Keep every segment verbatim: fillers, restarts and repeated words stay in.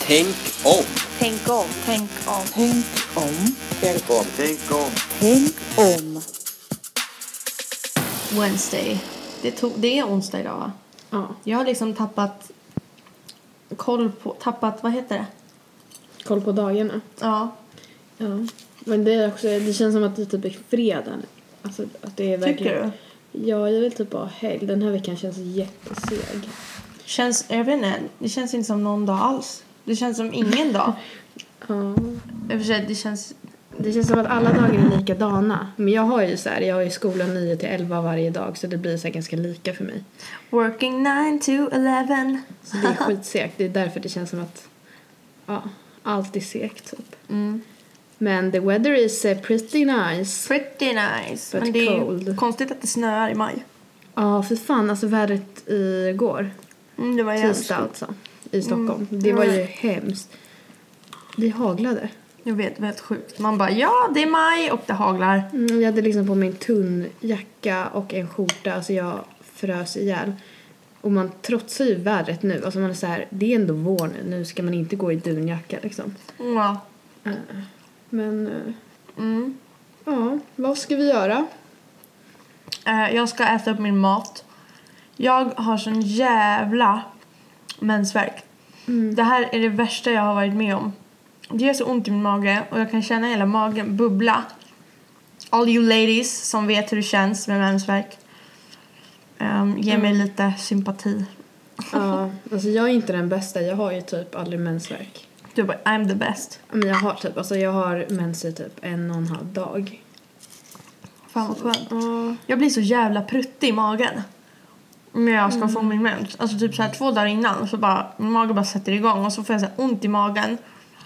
Tänk om. Tänk om. Tänk om. Tänk om. Tänk om. Tänk om. Tänk om. Wednesday. Det, tog, det är onsdag idag, va? Ja. Jag har liksom tappat koll på... Tappat, vad heter det? Koll på dagarna. Ja. Ja. Men det är också, det känns som att det typ är fredag nu. Alltså att det är verkligen... Tycker du? Ja, jag vill typ bara helg. Den här veckan känns jätteseg. Känns, jag vet inte, det känns inte som någon dag alls. Det känns som ingen dag. Ja. I och för sig, det känns... Det känns som att alla dagar är likadana. Men jag har ju så här, jag har ju skolan nio till elva varje dag. Så det blir så här ganska lika för mig. Working nine to eleven. Så det är skitsegt. Det är därför det känns som att ja, allt är segt typ. Mm. Men the weather is uh, pretty nice. Pretty nice. But Men det är cold. konstigt att det snöar i maj. Ja, för fan. Alltså vädret igår. Mm, det var jävligt. Tisdag alltså. I Stockholm. Det var ju hemskt. Det haglade. Jag vet, väldigt sjukt. Man bara, ja, det är maj och det haglar. Mm, jag hade liksom på mig en tunn jacka och en skjorta. Alltså jag frös ihjäl. Och man trotsar ju vädret nu. Alltså man är så här, det är ändå vår nu. Nu ska man inte gå i dunjacka liksom. Ja. Uh, men, uh, Mm. ja, vad ska vi göra? Eh, jag ska äta upp min mat. Jag har sån jävla mensvärk. Mm. Det här är det värsta jag har varit med om. Det gör så ont i min mage och jag kan känna hela magen bubbla. All you ladies som vet hur det känns med mensvärk. Um, ge mig lite sympati. Ja, alltså jag är inte den bästa. Jag har ju typ aldrig mensvärk. Du bara, I'm the best. Men jag har typ, alltså jag har mens i typ en och en halv dag. Fan vad skönt. Ja. Jag blir så jävla pruttig i magen. När jag ska få min mens. Alltså typ så här två dagar innan. Så bara, min mage bara sätter igång. Och så får jag så här ont i magen.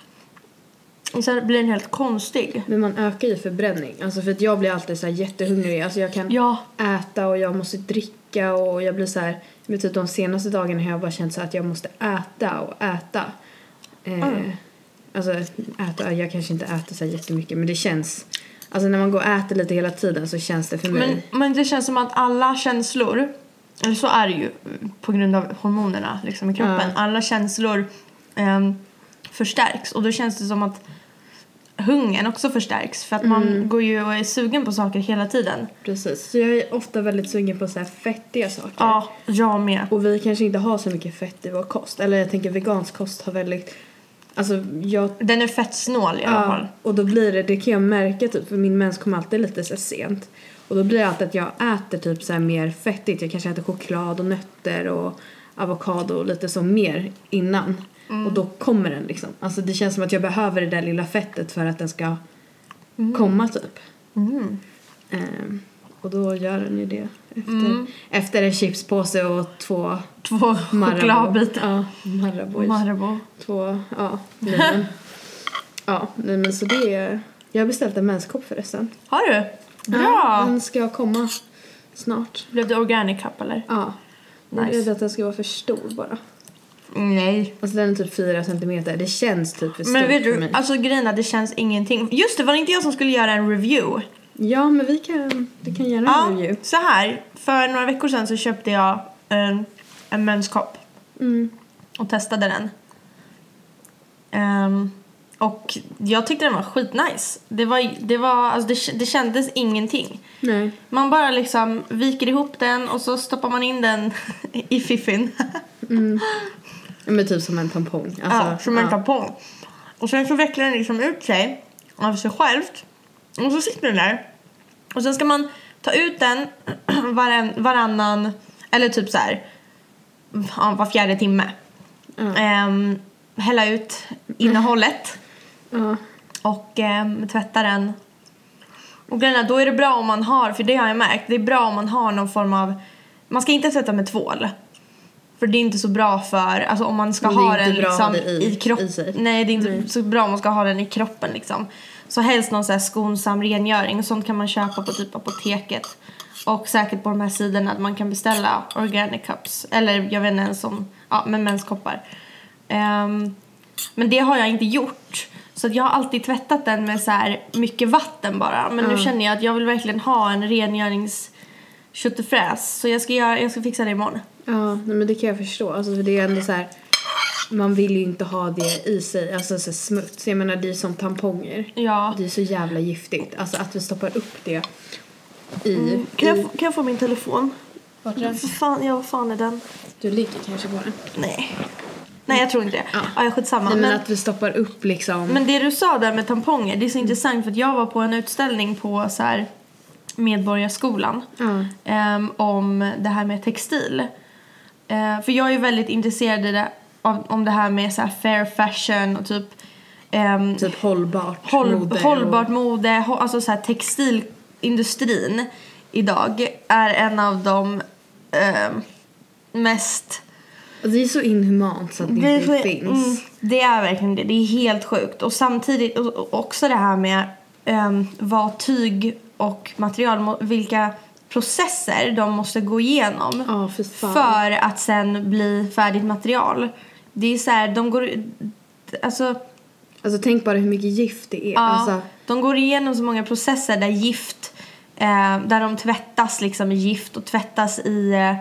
Och sen blir den helt konstig. Men man ökar ju förbränning. Alltså för att jag blir alltid så här jättehungrig. Alltså jag kan Ja. äta och jag måste dricka. Och jag blir så här, men typ de senaste dagarna har jag bara känt så att jag måste äta och äta. Eh, Mm. Alltså äta, jag kanske inte äter så här jättemycket. Men det känns, alltså när man går och äter lite hela tiden så känns det för mig. Men, men det känns som att alla känslor, eller så är det ju på grund av hormonerna liksom i kroppen. Ja. Alla känslor um, förstärks. Och då känns det som att hungern också förstärks. För att man Mm. går ju och är sugen på saker hela tiden. Precis, så jag är ofta väldigt sugen på så här fettiga saker. Ja, jag med. Och vi kanske inte har så mycket fett i vår kost. Eller jag tänker vegansk kost har väldigt, alltså jag... Den är fett snål i alla fall. Ja, och då blir det, det kan jag märka typ, för min mens kommer alltid lite så här sent. Och då blir det alltid att jag äter typ så här mer fettigt. Jag kanske äter choklad och nötter och avokado och lite så mer innan. Mm. Och då kommer den liksom. Alltså det känns som att jag behöver det där lilla fettet för att den ska mm. komma typ. Mm. Um, och då gör den ju det. Efter, Mm. efter en chipspåse och två Två chokladbitar. Ja, Marabou. Marabou. Två, ja, nej men. Ja, nej men så det är... Jag har beställt en menskopp förresten. Har du? Bra! Ja, den ska komma snart. Blev det organic cup eller? Ja. Jag är Nice. rädd att den ska vara för stor bara. Nej. Alltså den är typ fyra centimeter. Det känns typ för stort Men vet för du, mig. alltså grejen är, det känns ingenting. Just det, var det inte jag som skulle göra en review? Ja, men vi kan, vi kan göra en Ja, review. så här. För några veckor sedan så köpte jag en, en menskopp. Mm. Och testade den. Um, och jag tyckte den var skitnice. Det var, det var, alltså det, det kändes ingenting. Nej. Man bara liksom viker ihop den och så stoppar man in den i fiffin. Mm. Ja, men typ som en tampong. Alltså, Ja, som en ja. tampong. Och sen så vecklar den liksom ut sig av sig självt. Och så sitter den där. Och sen ska man ta ut den varann, varannan, eller typ så här, ja, var fjärde timme. Ja. Ehm, hälla ut innehållet. Ja. Och ehm, tvätta den. Och grejen är, då är det bra om man har, för det har jag märkt, det är bra om man har någon form av, man ska inte tvätta med tvål. För det är inte så bra för, alltså om man ska Men det är ha inte den bra liksom att ha det i- i kroppen. i sig. Nej, det är inte Nej. så bra om man ska ha den i kroppen liksom. Så helst någon så här skonsam rengöring. Sånt kan man köpa på typ apoteket. Och säkert på de här sidorna att man kan beställa organic cups. Eller jag vet inte ens om, ja, med menskoppar. Um, men det har jag inte gjort. Så att jag har alltid tvättat den med så här mycket vatten bara. Men Ja. nu känner jag att jag vill verkligen ha en rengörings köttfräs. Så jag ska, göra, jag ska fixa det imorgon. Ja, nej, men det kan jag förstå. Alltså för det är ändå så här, man vill ju inte ha det i sig, alltså så smuts. Jag menar, det är som tamponger. Ja. Det är så jävla giftigt. Alltså att vi stoppar upp det i... Mm. Kan, jag i... få, kan jag få min telefon? Vart är den? Fan, ja, vad fan är den? Du ligger kanske på den. Nej. Nej, jag tror inte det. Ja. Ja, jag skitsamma. Nej, men, men att vi stoppar upp liksom... Men det du sa där med tamponger, det är så mm. intressant för att jag var på en utställning på så här Medborgarskolan Ja. um, om det här med textil. Uh, för jag är väldigt intresserad i det, av, om det här med så här fair fashion och typ um, typ hållbart håll, mode. Hållbart och... mode, hå, alltså så här textilindustrin idag är en av de um, mest... Det är så inhumant så att det, det inte är, finns. Mm, det är verkligen det. Det är helt sjukt. Och samtidigt och, och också det här med um, vad tyg och material, vilka processer de måste gå igenom Ja, för fan. för att sen bli färdigt material. Det är så här, de går... Alltså... Alltså tänk bara hur mycket gift det är. Ja, Alltså... de går igenom så många processer där gift... Eh, där de tvättas liksom i gift och tvättas i... Eh,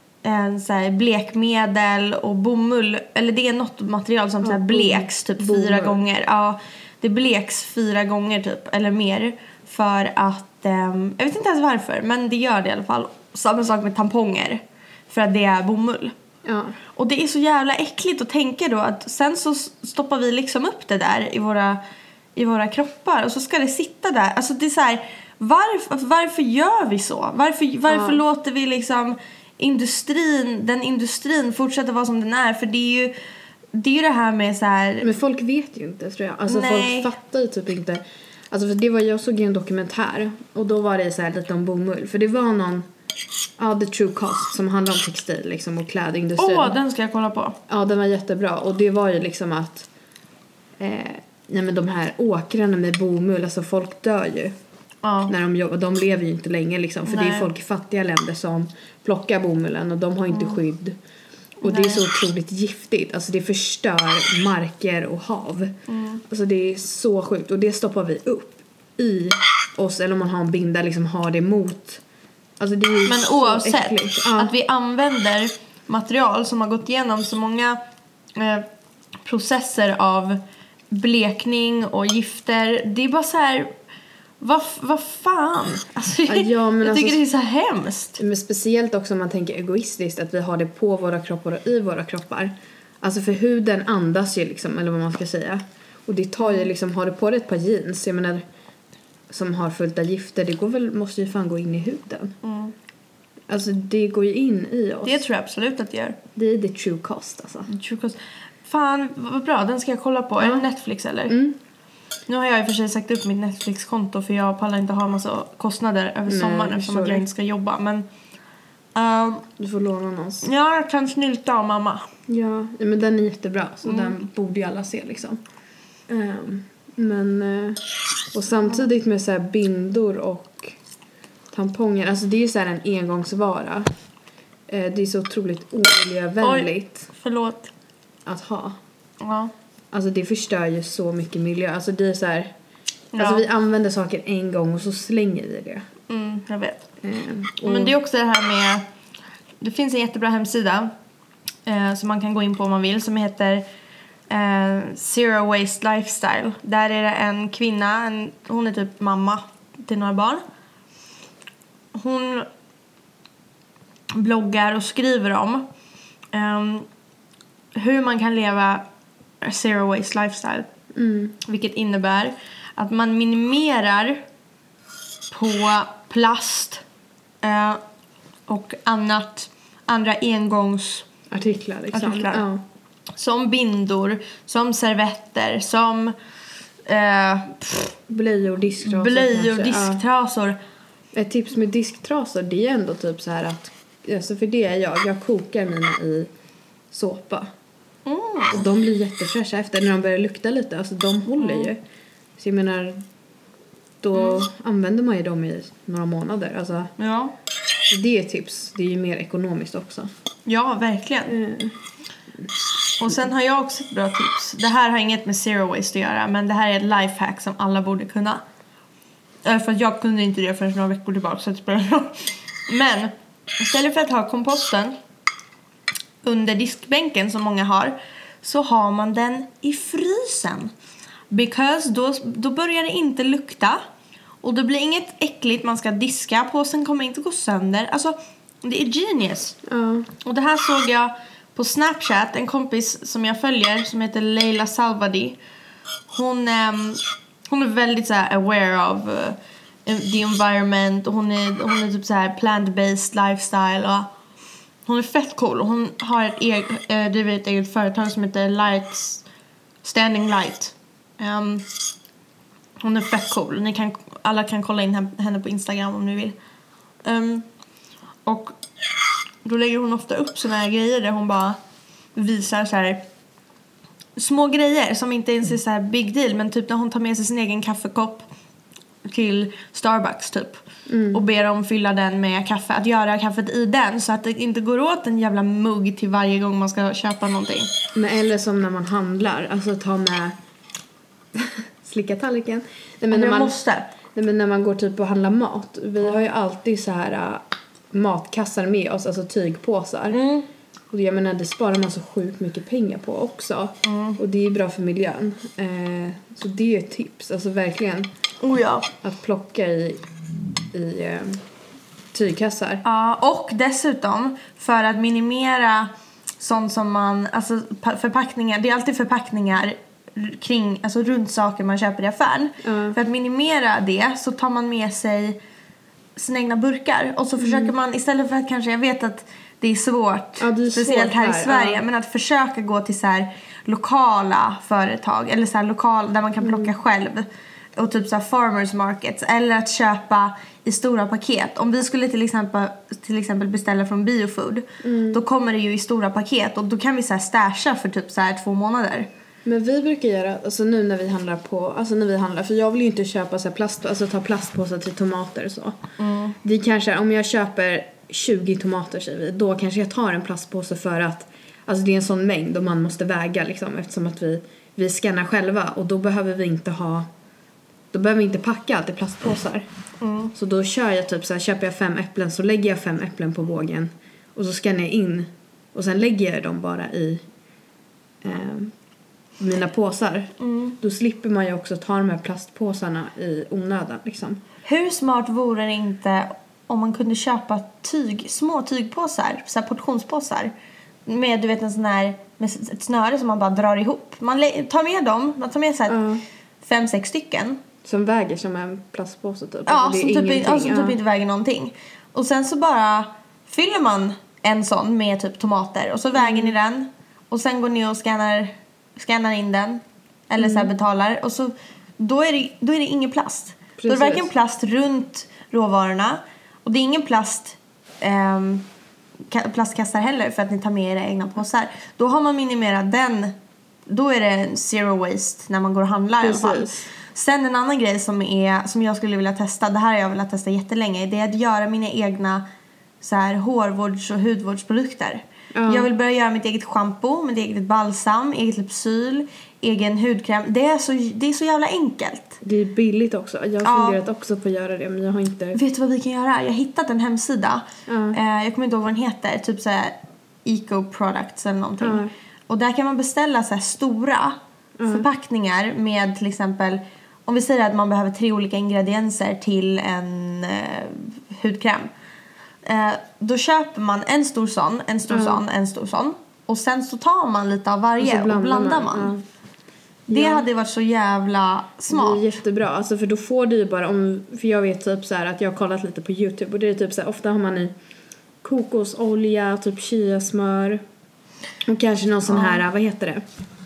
en så här blekmedel och bomull, eller det är något material som ja, så här bleks typ bomull. fyra gånger. Ja, det bleks fyra gånger typ eller mer för att um, jag vet inte ens varför, men det gör det i alla fall. Samma sak med tamponger för att det är bomull. Ja. Och det är så jävla äckligt att tänka då att sen så stoppar vi liksom upp det där i våra i våra kroppar och så ska det sitta där. Alltså det är så här, varför varför gör vi så? Varför varför ja. låter vi liksom industrin, den industrin fortsätter vara som den är, för det är ju det är ju det här med så här. Men folk vet ju inte, tror jag. Alltså Nej. folk fattar ju typ inte. Alltså för det var, jag såg ju en dokumentär och då var det så här lite om bomull, för det var någon ja, The True Cost som handlar om textil liksom och klädindustrin. Åh, oh, den ska jag kolla på. Ja, den var jättebra och det var ju liksom att eh, nej men de här åkrarna med bomull, alltså folk dör ju. Ja. När de jobbar, de lever ju inte länge liksom, för Nej. det är folk i fattiga länder som plockar bomullen och de har inte mm. skydd. Och Nej. det är så otroligt giftigt, alltså det förstör marker och hav. Mm. Alltså det är så sjukt och det stoppar vi upp i oss, eller om man har en binda liksom har det mot. Alltså det är Men så oavsett äckligt. Ja. att vi använder material som har gått igenom så många eh, processer av blekning och gifter, det är bara så här. Vad, vad fan? Alltså, ja, ja, men jag tycker alltså, det är så hemskt. Men speciellt också om man tänker egoistiskt, att vi har det på våra kroppar och i våra kroppar. Alltså för huden andas ju liksom, eller vad man ska säga. Och det tar ju liksom, har du på dig ett par jeans, jag menar, som har fullt av gifter, det går väl, måste ju fan gå in i huden. Mm. Alltså det går ju in i oss. Det tror jag absolut att det gör. Det är the true cost alltså. The true cost. Fan, vad bra, den ska jag kolla på. Ja. Är det Netflix eller? Mm. Nu har jag i och för sig sagt upp mitt Netflix-konto för jag pallar inte ha en massa kostnader över Nej, sommaren eftersom att jag inte ska jobba. Men, uh, du får låna någons. Ja, jag kan snylta av mamma. Ja, men den är jättebra så mm. den borde ju alla se liksom. Um, men, uh, och samtidigt med så här bindor och tamponger, alltså det är ju så här en engångsvara. Uh, det är så otroligt omiljövänligt. Oj, förlåt. Att ha. Ja. Alltså det förstör ju så mycket miljö. Alltså det är så här, ja. Alltså vi använder saker en gång och så slänger vi det. Mm, jag vet. Mm, och... Men det är också det här med, det finns en jättebra hemsida eh, som man kan gå in på om man vill, som heter eh, Zero Waste Lifestyle. Där är det en kvinna, en, hon är typ mamma till några barn. Hon bloggar och skriver om eh, hur man kan leva zero waste lifestyle. Mm. Vilket innebär att man minimerar på plast eh, och annat, andra engångsartiklar liksom. Ja. Som bindor, som servetter, som eh, blöjor, disktrasor. Blöjor, disktrasor. Ja. Ett tips med disktrasor, det är ändå typ så här att, alltså för det är jag, jag kokar mina i såpa. Mm. Och de blir jättefräscha efter när de börjar lukta lite. Alltså de håller mm. ju. Så jag menar, då mm. använder man ju dem i några månader. Alltså, ja. Det är ett tips. Det är ju mer ekonomiskt också. Ja, verkligen. Mm. Och sen har jag också ett bra tips. Det här har inget med zero waste att göra, men det här är ett lifehack som alla borde kunna. För att jag kunde inte det förrän några veckor tillbaka, så det spelar ingen roll. Men istället för att ha komposten under diskbänken som många har, så har man den i frysen. Because då, då börjar det inte lukta. Och det blir inget äckligt man ska diska. Påsen kommer inte gå sönder. Alltså, det är genius. Ja. Och det här såg jag på Snapchat. En kompis som jag följer som heter Leila Salvadi. Hon, um, hon är väldigt så här aware of uh, the environment. Och hon är, hon är typ så här plant-based lifestyle. Och hon är fett cool. Hon har ett eget, äh, driver ett eget företag som heter Lights, Standing Light. Um, hon är fett cool. Ni kan, alla kan kolla in henne på Instagram om ni vill. Um, och då lägger hon ofta upp såna här grejer där hon bara visar så här små grejer som inte ens är så här big deal, men typ när hon tar med sig sin egen kaffekopp till Starbucks typ mm. och ber dem fylla den med kaffe, att göra kaffet i den så att det inte går åt en jävla mugg till varje gång man ska köpa någonting. Men eller som när man handlar, alltså ta med slicka tallriken. Nej, men när när man måste. Nej, men när man går typ och handlar mat. Vi har ju alltid så här uh, matkassar med oss, alltså tygpåsar. Mm. Och jag menar, det sparar man så sjukt mycket pengar på också. Mm. Och det är bra för miljön. Eh, så det är ett tips, alltså verkligen. Oh ja. Att plocka i, i eh, tygkassar. Ja, och dessutom för att minimera sånt som man, alltså förpackningar, det är alltid förpackningar kring, alltså runt saker man köper i affären. Mm. För att minimera det så tar man med sig sina egna burkar. Och så mm. försöker man, istället för att kanske, jag vet att det är svårt, ja, det är speciellt svårt här, här i Sverige, ja. men att försöka gå till så här lokala företag eller så här lokal där man kan plocka mm. själv. Och typ så här farmers markets, eller att köpa i stora paket. Om vi skulle till exempel till exempel beställa från Biofood, mm. då kommer det ju i stora paket och då kan vi så här stasha för typ så här två månader. Men vi brukar göra, alltså nu när vi handlar på, alltså när vi handlar, för jag vill ju inte köpa så här plast, alltså ta plastpåsar till tomater och så. Mm. Det kanske, om jag köper tjugo tomater säger vi, då kanske jag tar en plastpåse för att, alltså det är en sån mängd och man måste väga liksom, eftersom att vi, vi skannar själva och då behöver vi inte ha, då behöver vi inte packa allt i plastpåsar. Mm. Så då kör jag typ så här, köper jag fem äpplen så lägger jag fem äpplen på vågen och så skannar jag in och sen lägger jag dem bara i eh, mina påsar. Mm. Då slipper man ju också ta de här plastpåsarna i onödan liksom. Hur smart vore det inte om man kunde köpa tyg, små tygpåsar, så här portionspåsar med, du vet, en sån här, med ett snöre som man bara drar ihop. Man le- tar med dem, man tar med så här uh. fem, sex stycken. Som väger som en plastpåse typ. Ja, alltså, det är som, typ, ja, som ja. typ inte väger någonting. Och sen så bara fyller man en sån med typ tomater och så väger mm. ni den. Och sen går ni och scannar, scannar in den. Eller mm. så här betalar. Och så, då är det, då är det ingen plast. Precis. Då är det verkligen plast runt råvarorna. Och det är ingen plast, um, plastkassar heller för att ni tar med era egna påsar. Då har man minimerat den. Då är det zero waste när man går och handlar. Precis. I alla fall. Sen en annan grej som, är, som jag skulle vilja testa, det här har jag velat testa jättelänge, det är att göra mina egna så här, hårvårds- och hudvårdsprodukter. Mm. Jag vill börja göra mitt eget shampoo, mitt eget balsam, eget lypsyl, egen hudkräm. Det är så, det är så jävla enkelt. Det är billigt också. Jag har funderat ja. också på att göra det, men jag har inte... Vet du vad vi kan göra? Jag har hittat en hemsida. Mm. Eh, jag kommer inte ihåg vad den heter. Typ så här Eco Products eller någonting. Mm. Och där kan man beställa så här stora mm. förpackningar med till exempel... Om vi säger att man behöver tre olika ingredienser till en eh, hudkräm. Eh, då köper man en stor sån, en stor mm. sån, en stor sån. Och sen så tar man lite av varje och, blandar och blandar man. man. Ja. Det ja. hade varit så jävla smart. Det är jättebra. Alltså för då får du ju bara... Om, för jag vet typ så här att jag har kollat lite på YouTube. Och det är typ så här, ofta har man i kokosolja, typ chiasmör. Och kanske någon sån här, ja. vad heter det?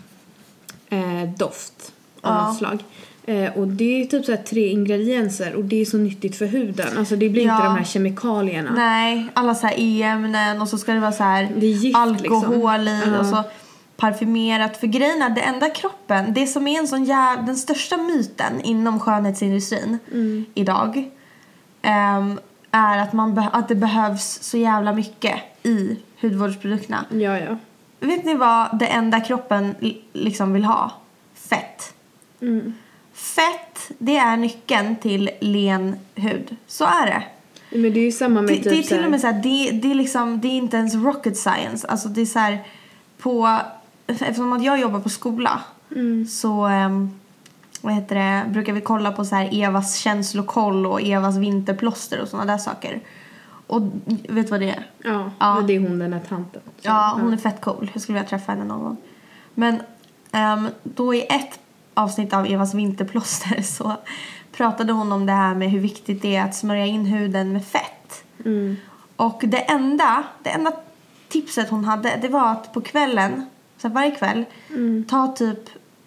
Eh, doft av ja. något slag. Eh, och det är typ så här tre ingredienser och det är så nyttigt för huden. Alltså det blir ja. inte de här kemikalierna. Nej, alla så här e-ämnen och så ska det vara så här det är gift, alkohol liksom. i uh. och så parfymerat. För grejen är, det enda kroppen, det som är en sån jävla, den största myten inom skönhetsindustrin mm. idag um, är att, man be- att det behövs så jävla mycket i hudvårdsprodukterna. Ja, ja. Vet ni vad det enda kroppen liksom vill ha? Fett. Mm. Fett, det är nyckeln till len hud. Så är det. Men det är ju samma med det, typ det är till så och med så här, det, det är liksom, det är inte ens rocket science. Alltså det är så här, på eftersom att jag jobbar på skola Mm. så um, vad heter det, brukar vi kolla på så här Evas känslokoll och Evas vinterplåster och såna där saker. Och vet du vad det är? Ja, Ja. men det är hon den här tanten. Så, Ja, hon är fett cool. Jag skulle vilja träffa henne någon gång. Men um, då i ett avsnitt av Evas vinterplåster så pratade hon om det här med hur viktigt det är att smörja in huden med fett. Mm. Och det enda, det enda tipset hon hade, det var att på kvällen, så här varje kväll, Mm. ta typ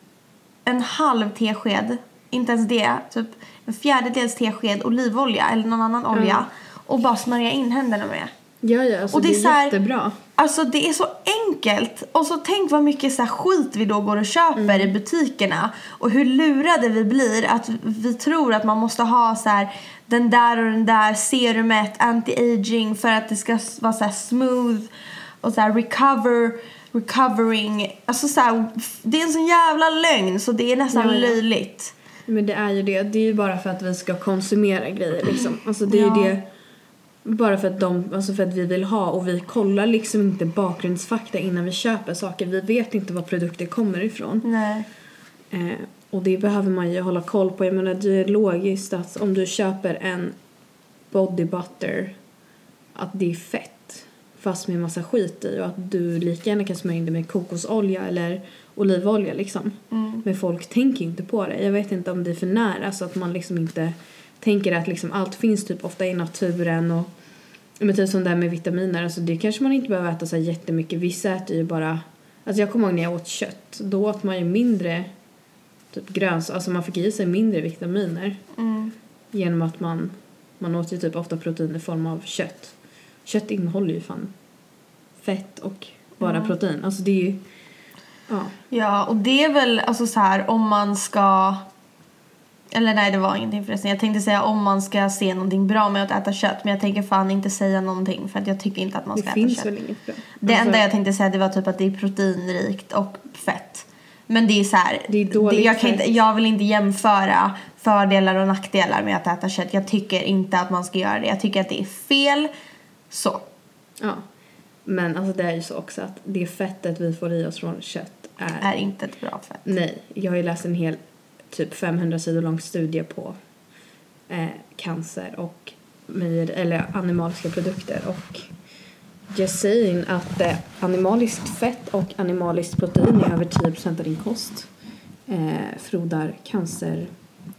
en halv tesked, inte ens det, typ en fjärdedels tesked olivolja eller någon annan olja Mm. och bara smörja in händerna med. Ja, ja, alltså Och det, det är är så här- jättebra. Alltså det är så enkelt. Och så tänk vad mycket så här skit vi då går och köper Mm. i butikerna. Och hur lurade vi blir. Att vi tror att man måste ha så här den där och den där serumet, anti-aging, för att det ska vara så här smooth och så här recover, recovering. Alltså så här, det är en sån jävla lögn så det är nästan Ja, ja. löjligt. Men det är ju det. Det är ju bara för att vi ska konsumera grejer liksom. Alltså det är Ja. ju det. Bara för att, de, alltså för att vi vill ha. Och vi kollar liksom inte bakgrundsfakta innan vi köper saker. Vi vet inte var produkter kommer ifrån. Nej. Eh, och det behöver man ju hålla koll på. Jag menar det är logiskt att om du köper en body butter att det är fett fast med massa skit i. Och att du lika gärna kan smörja in det med kokosolja eller olivolja liksom. Mm. Men folk tänker inte på det. Jag vet inte om det är för nära så att man liksom inte tänker att liksom allt finns typ ofta i naturen och men typ som det här med vitaminer. Alltså det kanske man inte behöver äta så här jättemycket. Vissa äter ju bara... Alltså jag kommer ihåg när jag åt kött. Då åt man ju mindre typ gröns... Alltså man fick i sig mindre vitaminer. Mm. Genom att man... Man åt ju typ ofta protein i form av kött. Kött innehåller ju fan fett och bara Mm. protein. Alltså det är ju... Ja. Ja, och det är väl alltså så här om man ska... Eller nej, det var ingenting förresten. Jag tänkte säga om man ska se någonting bra med att äta kött. Men jag tänker fan inte säga någonting. För att jag tycker inte att man Det ska äta finns kött. väl inget bra. Det Alltså, enda jag tänkte säga det var typ att det är proteinrikt och fett. Men det är så här, Det är dåligt jag, kan inte, fett. jag vill inte jämföra fördelar och nackdelar med att äta kött. Jag tycker inte att man ska göra det. Jag tycker att det är fel. Så. Ja. Men alltså det är ju så också att det fettet vi får i oss från kött är... Är inte ett bra fett. Nej, jag har ju läst en hel typ femhundra sidor lång studie på eh, cancer och med, eller animaliska produkter och just saying att eh, animaliskt fett och animaliskt protein i över tio procent av din kost eh, frodar cancer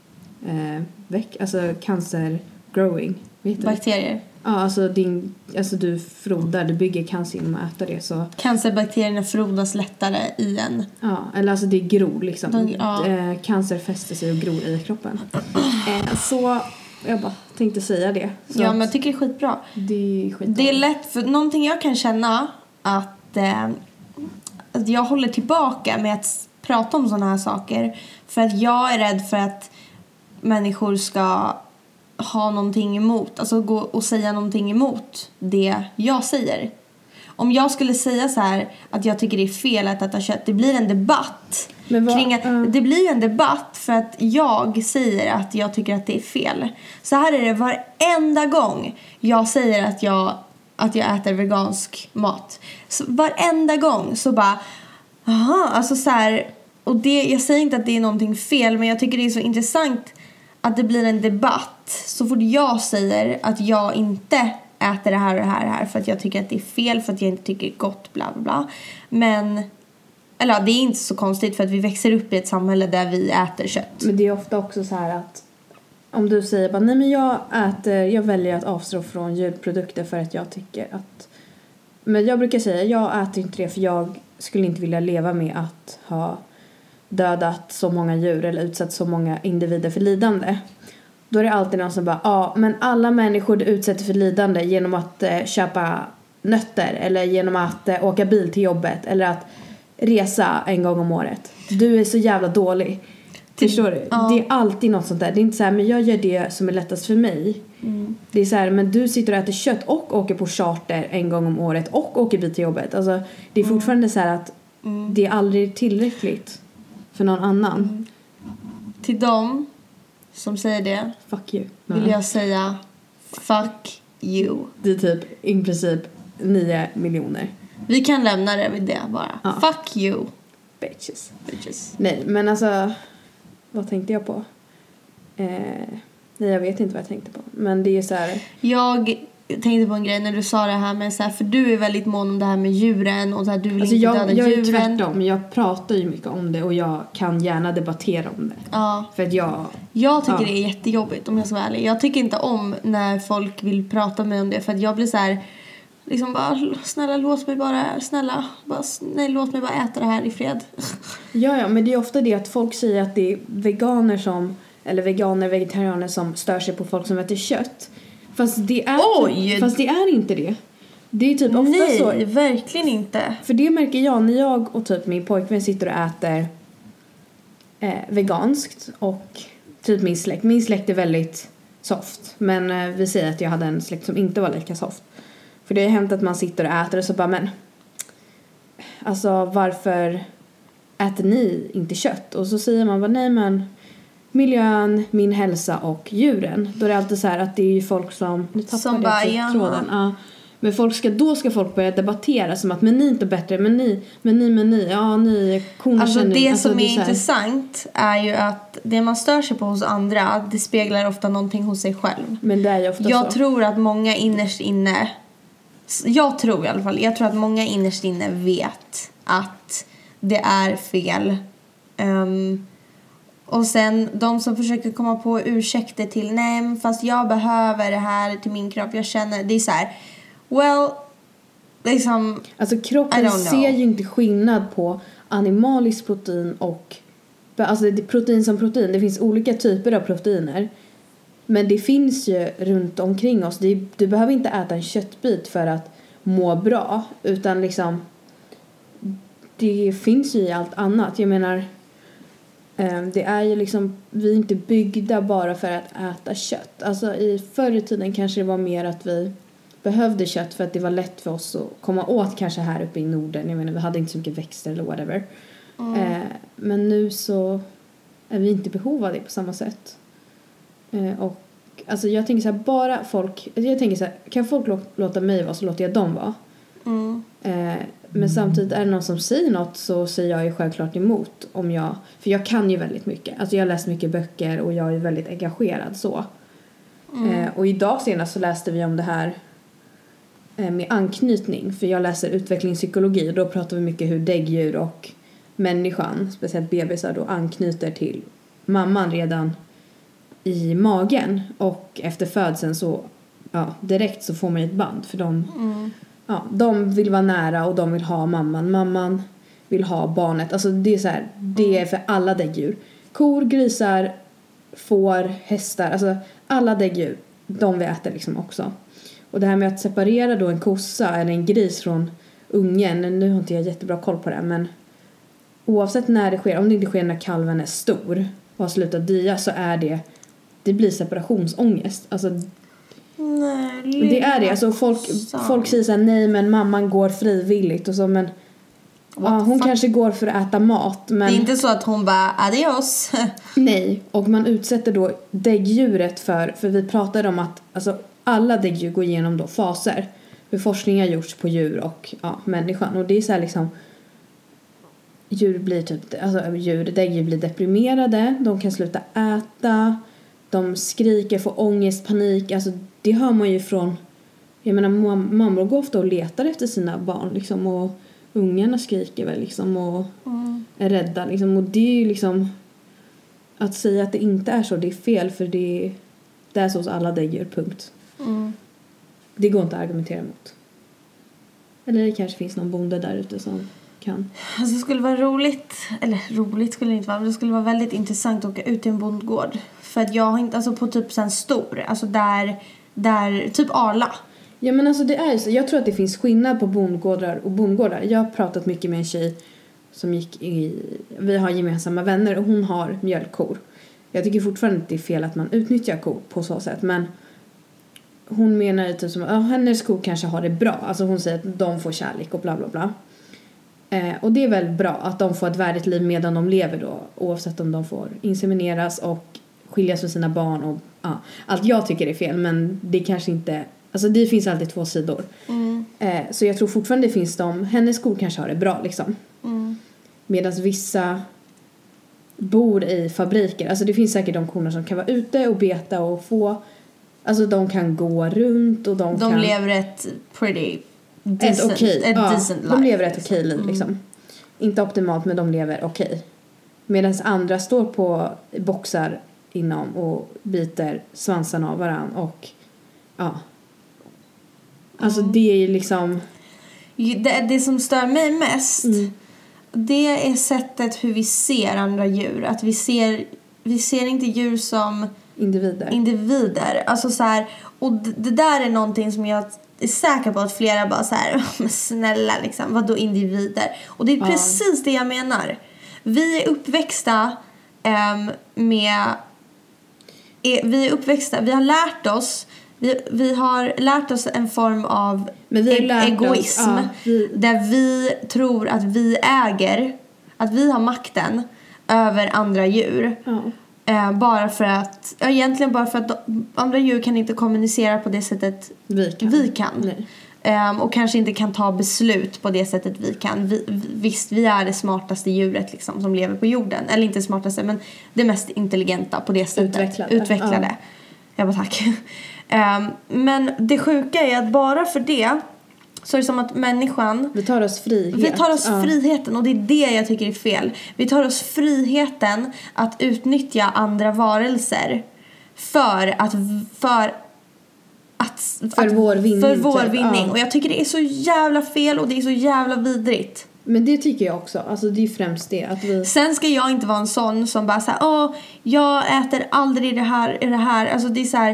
eh, väck, alltså cancer growing, vet du? Bakterier. Ja, alltså, din, alltså du frodar, du bygger cancer genom att äta det så... Cancerbakterierna frodas lättare i en. Ja, eller alltså det gror liksom. De- ja. Eh, cancer fäster sig och gror i kroppen. Eh, så jag bara tänkte säga det. Så Ja, att men jag tycker det är skitbra. det är skit. Det är lätt, för någonting jag kan känna att, eh, att jag håller tillbaka med att s- prata om såna här saker. För att jag är rädd för att människor ska ha någonting emot, alltså gå och säga någonting emot det jag säger. Om jag skulle säga så här att jag tycker det är fel att äta kött, det blir en debatt. Men vad- Kring, ja. Det blir ju en debatt för att jag säger att jag tycker att det är fel. Så här är det varenda gång jag säger att jag, att jag äter vegansk mat. Så varenda gång så bara, aha, alltså så här, och det, jag säger inte att det är någonting fel, men jag tycker det är så intressant att det blir en debatt så fort jag säger att jag inte äter det här och det här och det här för att jag tycker att det är fel, för att jag inte tycker det är gott, bla bla bla. Men, eller ja, det är inte så konstigt för att vi växer upp i ett samhälle där vi äter kött. Men det är ofta också så här att om du säger bara nej men jag äter, jag väljer att avstå från djurprodukter för att jag tycker att, men jag brukar säga jag äter inte det för jag skulle inte vilja leva med att ha dödat så många djur eller utsatt så många individer för lidande. Då är det alltid någon som bara, ja men alla människor du utsätter för lidande genom att eh, köpa nötter eller genom att eh, åka bil till jobbet eller att resa en gång om året. Du är så jävla dålig. Förstår du? Ja. Det är alltid något sånt där. Det är inte så här, men jag gör det som är lättast för mig. Mm. Det är så här, men du sitter och äter kött och åker på charter en gång om året och åker bil till jobbet. Alltså, det är fortfarande så här att Mm. det är aldrig tillräckligt för någon annan. Mm. Till dem som säger det Fuck you. vill jag säga fuck you. Det är typ i princip nio miljoner. Vi kan lämna det vid det bara. Ja. Fuck you. Bitches. Bitches. Nej, men alltså, vad tänkte jag på? Eh, nej, jag vet inte vad jag tänkte på. Men det är så här. Jag tänkte på en grej när du sa det här med så här, för du är väldigt mån om det här med djuren och så här, du vill Alltså inte jag, döda jag är djuren. tvärtom. Jag pratar ju mycket om det och jag kan gärna debattera om det. Ja. För att jag... Jag tycker Ja. det är jättejobbigt om jag ska vara ärlig. Jag tycker inte om när folk vill prata med mig om det för att jag blir så här liksom bara snälla låt mig bara snälla bara nej låt mig bara äta det här i fred. Ja, ja, men det är ofta det att folk säger att det är veganer som eller veganer, vegetarianer som stör sig på folk som äter kött. Fast det är Oj! fast det är inte det. Det är typ ofta Nej, så. verkligen inte. För det märker jag när jag och typ min pojkvän sitter och äter eh, veganskt och typ min släkt. Min släkt är väldigt soft. Men eh, vi säger att jag hade en släkt som inte var lika soft. För det har hänt att man sitter och äter och så bara men alltså varför äter ni inte kött? Och så säger man bara nej men miljön, min hälsa och djuren. Då är det alltid så här att det är ju folk som nu tappade Som bara, jag tråden. Ja. Men folk ska, då ska folk börja debattera som att men ni är inte bättre, men ni, men ni, men ni, ja ni korna Alltså känner- det alltså, som det är så här- intressant är ju att det man stör sig på hos andra, det speglar ofta någonting hos sig själv. Men det är ju ofta Jag så. tror att många innerst inne, jag tror i alla fall, jag tror att många innerst inne vet att det är fel. Um, och sen de som försöker komma på ursäkter till nej men fast jag behöver det här till min kropp, jag känner, det är så här, well, liksom, Alltså I kroppen don't ser know. ju inte skillnad på animaliskt protein och alltså det är protein som protein. Det finns olika typer av proteiner. Men det finns ju runt omkring oss. Det, du behöver inte äta en köttbit för att må bra. Utan liksom det finns ju i allt annat. Jag menar eh, det är ju liksom vi är inte byggda bara för att äta kött. Alltså i förr i tiden kanske det var mer att vi behövde kött för att det var lätt för oss att komma åt kanske här uppe i Norden. Jag menar vi hade inte så mycket växter eller whatever. mm. Eh, men nu så är vi inte i behov av det på samma sätt. Eh, och alltså jag tänker så här, bara folk, jag tänker så här, kan folk lå- låta mig vara så låter jag dem vara. Mm. Eh, men samtidigt är det någon som säger något så säger jag ju självklart emot om jag, för jag kan ju väldigt mycket. Alltså jag har läst mycket böcker och jag är väldigt engagerad så. Mm. Eh, och idag senast så läste vi om det här eh, med anknytning. För jag läser utvecklingspsykologi och då pratar vi mycket hur däggdjur och människan, speciellt bebisar då, anknyter till mamman redan i magen. Och efter födseln så, ja, direkt så får man ett band. För de, Mm. ja, de vill vara nära och de vill ha mamman. Mamman vill ha barnet. Alltså det är så här, det är för alla däggdjur. Kor, grisar, får, hästar, alltså alla däggdjur, de vi äter liksom också. Och det här med att separera då en kossa eller en gris från ungen, nu har inte jag jättebra koll på det, men oavsett när det sker, om det inte sker när kalven är stor och har slutat dia, så är det, det blir separationsångest. Alltså Nej, det är det, alltså folk, folk säger så här, nej men mamman går frivilligt och så, men ja, hon fuck? kanske går för att äta mat, men Det är inte så att hon bara adios. nej, och man utsätter då däggdjuret för, för vi pratade om att alltså, alla däggdjur går igenom då faser. Hur forskning har gjorts på djur och ja, människan. Och det är så här liksom, djur blir typ, alltså djur, däggdjur blir deprimerade, de kan sluta äta, de skriker, får ångest, panik, alltså det hör man ju från, jag menar mam- mammor går ofta och letar efter sina barn liksom, och ungarna skriker väl liksom och Mm. är rädda liksom, och det är ju liksom att säga att det inte är så, det är fel, för det är, det är så hos alla däggdjur, punkt. Mm. Det går inte att argumentera mot. Eller det kanske finns någon bonde där ute som kan. Alltså det skulle vara roligt, eller roligt skulle det inte vara, men det skulle vara väldigt intressant att åka ut till en bondgård. För att jag har inte, alltså på typ så en stor, alltså där, där typ Arla. Ja men alltså det är ju så, jag tror att det finns skillnad på bondgårdar och bondgårdar. Jag har pratat mycket med en tjej som gick i, vi har gemensamma vänner och hon har mjölkkor. Jag tycker fortfarande att det är fel att man utnyttjar kor på så sätt, men hon menar ju typ som att ja, hennes kor kanske har det bra. Alltså hon säger att de får kärlek och bla bla bla. Eh, och det är väl bra att de får ett värdigt liv medan de lever då. Oavsett om de får insemineras och skiljas från sina barn. Och, ja, allt jag tycker är fel, men det kanske inte, alltså det finns alltid två sidor. Mm. Eh, så jag tror fortfarande det finns de, hennes kor kanske har det bra liksom. Mm. Medan vissa bor i fabriker. Alltså det finns säkert de korna som kan vara ute och beta och få... Alltså de kan gå runt och de, de kan... lever ett pretty decent, ett okej, ett ja, decent life. De lever ett okej liv mm. liksom. Inte optimalt, men de lever okej. Medan andra står på boxar inom och biter svansarna av varann och ja. Alltså mm. det är ju liksom... Det, det som stör mig mest mm. det är sättet hur vi ser andra djur. Att vi ser, vi ser inte djur som individer. individer. Alltså så här, och det, det där är någonting som jag är säker på att flera bara så här, men snälla liksom, vadå individer? Och det är ja. precis det jag menar. Vi är uppväxta um, med är, vi är uppväxta, vi har lärt oss vi, vi har lärt oss en form av men vi har lärt egoism oss, ja, vi... där vi tror att vi äger, att vi har makten över andra djur. Ja. Eh, bara för att ja, egentligen bara för att de, andra djur kan inte kommunicera på det sättet vi kan, vi kan. Eh, och kanske inte kan ta beslut på det sättet vi kan. Vi, visst, vi är det smartaste djuret liksom, som lever på jorden, eller inte smartaste men det mest intelligenta på det sättet, utvecklade, utvecklade. Ja. Jag bara tack. eh, men det sjuka är att bara för det så är det som att människan... Vi tar oss frihet. Vi tar oss ja. friheten och det är det jag tycker är fel. Vi tar oss friheten att utnyttja andra varelser för att... För att, för att, vår vinning. För vår typ. vinning. Ja. Och jag tycker det är så jävla fel och det är så jävla vidrigt. Men det tycker jag också. Alltså det är främst det. Att vi... Sen ska jag inte vara en sån som bara säger åh, jag äter aldrig det här, det här. Alltså det är så här...